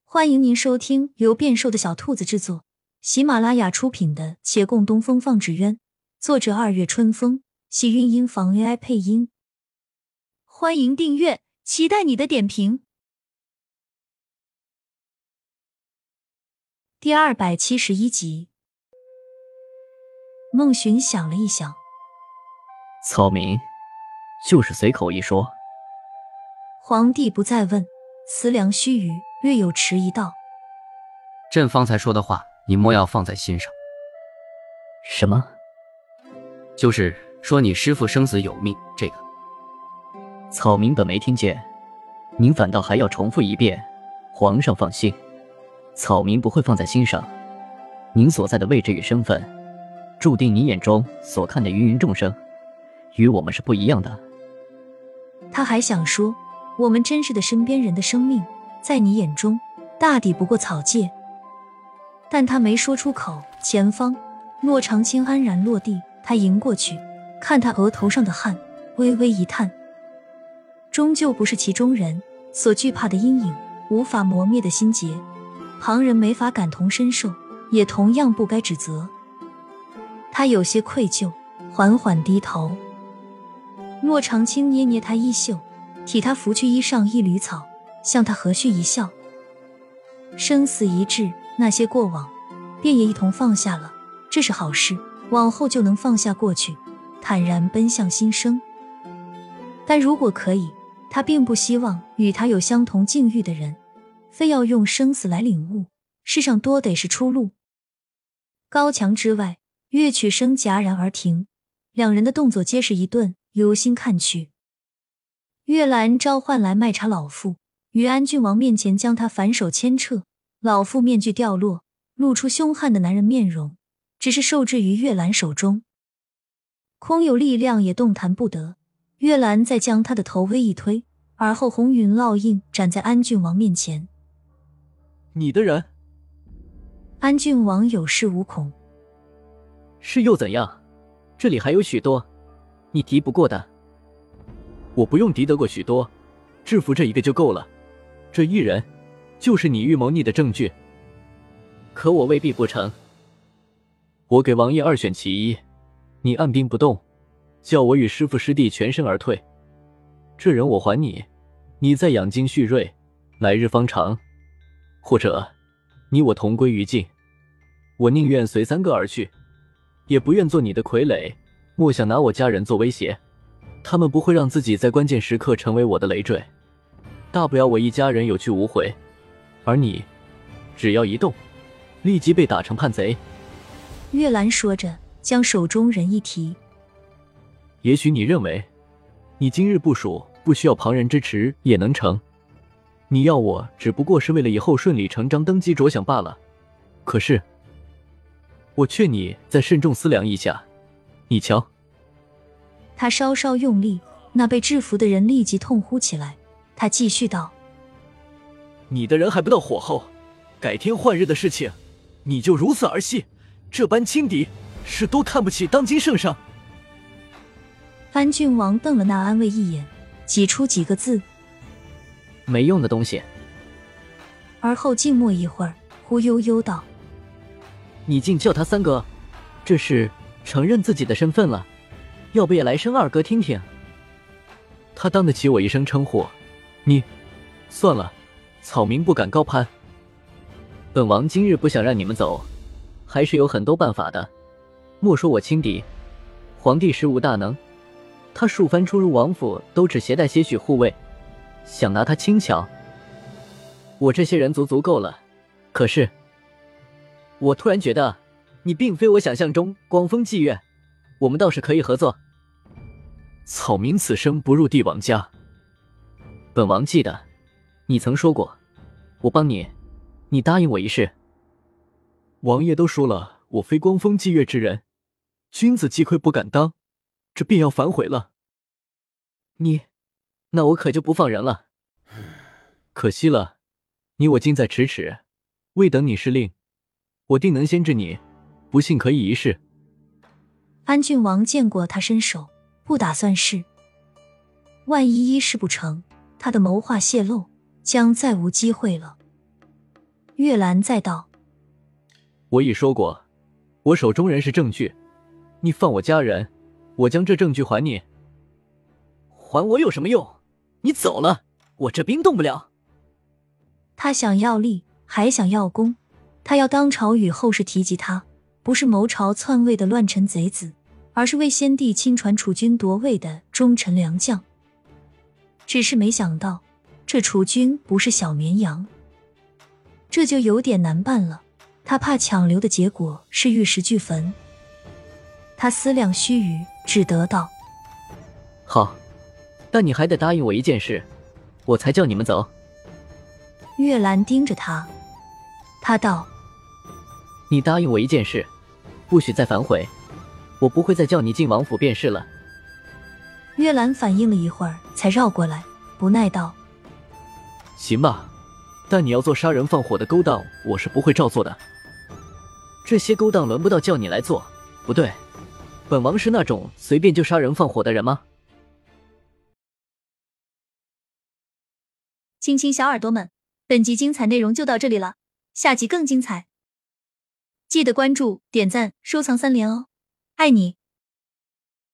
欢迎您收听由变瘦的小兔子制作，喜马拉雅出品的《且共东风放纸鸢》，作者二月春风，喜韵音房 AI 配音。欢迎订阅，期待你的点评。第271集，孟寻想了一想， 草民就是随口一说。 皇帝不再问，思量须臾，略有迟疑道： 朕方才说的话，你莫要放在心上。 什么？ 就是说你师父生死有命，这个。 草民本没听见，您反倒还要重复一遍。皇上放心，草民不会放在心上。您所在的位置与身份，注定你眼中所看的芸芸众生，与我们是不一样的。 他还想说，我们真实的身边人的生命，在你眼中大抵不过草芥，但他没说出口。前方骆长青安然落地，他迎过去，看他额头上的汗，微微一叹，终究不是其中人所惧怕的阴影，无法磨灭的心结，旁人没法感同身受，也同样不该指责。他有些愧疚，缓缓低头。骆长青捏捏他衣袖，替他拂去衣上一缕草，向他和煦一笑。生死一致，那些过往便也一同放下了，这是好事，往后就能放下过去，坦然奔向新生。但如果可以，他并不希望与他有相同境遇的人非要用生死来领悟，世上多得是出路。高墙之外，乐曲声戛然而停，两人的动作皆是一顿，留心看去。月兰召唤来卖茶老妇，于安郡王面前将他反手牵扯，老妇面具掉落，露出凶悍的男人面容，只是受制于月兰手中，空有力量也动弹不得。月兰再将他的头微一推，而后红云烙印展在安郡王面前。 你的人？ 安郡王有恃无恐。 是又怎样？这里还有许多你敌不过的。 我不用敌得过许多，制服这一个就够了。这一人就是你预谋逆的证据。 可我未必不成。 我给王爷二选其一，你按兵不动，叫我与师父师弟全身而退。这人我还你，你再养精蓄锐，来日方长。或者你我同归于尽，我宁愿随三个而去，也不愿做你的傀儡。莫想拿我家人做威胁，他们不会让自己在关键时刻成为我的累赘。大不了我一家人有去无回，而你只要一动，立即被打成叛贼。 月兰说着，将手中人一提。 也许你认为你今日部署不需要旁人支持也能成，你要我只不过是为了以后顺理成章登基着想罢了。可是我劝你再慎重思量一下。你瞧。 他稍稍用力，那被制服的人立即痛呼起来。他继续道： 你的人还不到火候，改天换日的事情你就如此儿戏，这般轻敌，是多看不起当今圣上。 安郡王瞪了那安慰一眼，挤出几个字： 没用的东西。 而后静默一会儿，忽悠悠道： 你竟叫他三哥，这是承认自己的身份了，要不也来声二哥听听？ 他当得起我一声称呼，你算了，草民不敢高攀。 本王今日不想让你们走，还是有很多办法的。莫说我轻敌，皇帝实无大能，他数番出入王府都只携带些许护卫，想拿他轻巧，我这些人足够了。可是我突然觉得你并非我想象中光风霁月，我们倒是可以合作。 草民此生不入帝王家。 本王记得你曾说过，我帮你，你答应我一事。 王爷都说了，我非光风霁月之人，君子忌讳不敢当，这便要反悔了。 那我可就不放人了。 可惜了，你我近在咫尺，未等你施令，我定能先治你，不信可以一试。 安郡王见过他伸手，不打算试。万一一试不成，他的谋划泄露，将再无机会了。 月兰再道： 我已说过，我手中人是证据，你放我家人，我将这证据还你。 还我有什么用？你走了，我这兵动不了。 他想要立，还想要功，他要当朝与后世提及他，不是谋朝篡位的乱臣贼子，而是为先帝亲传储君夺位的忠臣良将。只是没想到，这储君不是小绵羊，这就有点难办了。他怕抢流的结果是玉石俱焚。他思量须臾，只得道： 好，但你还得答应我一件事，我才叫你们走。 月兰盯着他，他道： 你答应我一件事，不许再反悔，我不会再叫你进王府便是了。 月兰反应了一会儿，才绕过来，不耐道： 行吧，但你要做杀人放火的勾当，我是不会照做的。 这些勾当轮不到叫你来做，不对，本王是那种随便就杀人放火的人吗？ 亲亲小耳朵们，本集精彩内容就到这里了，下集更精彩，记得关注、点赞、收藏3连哦，爱你。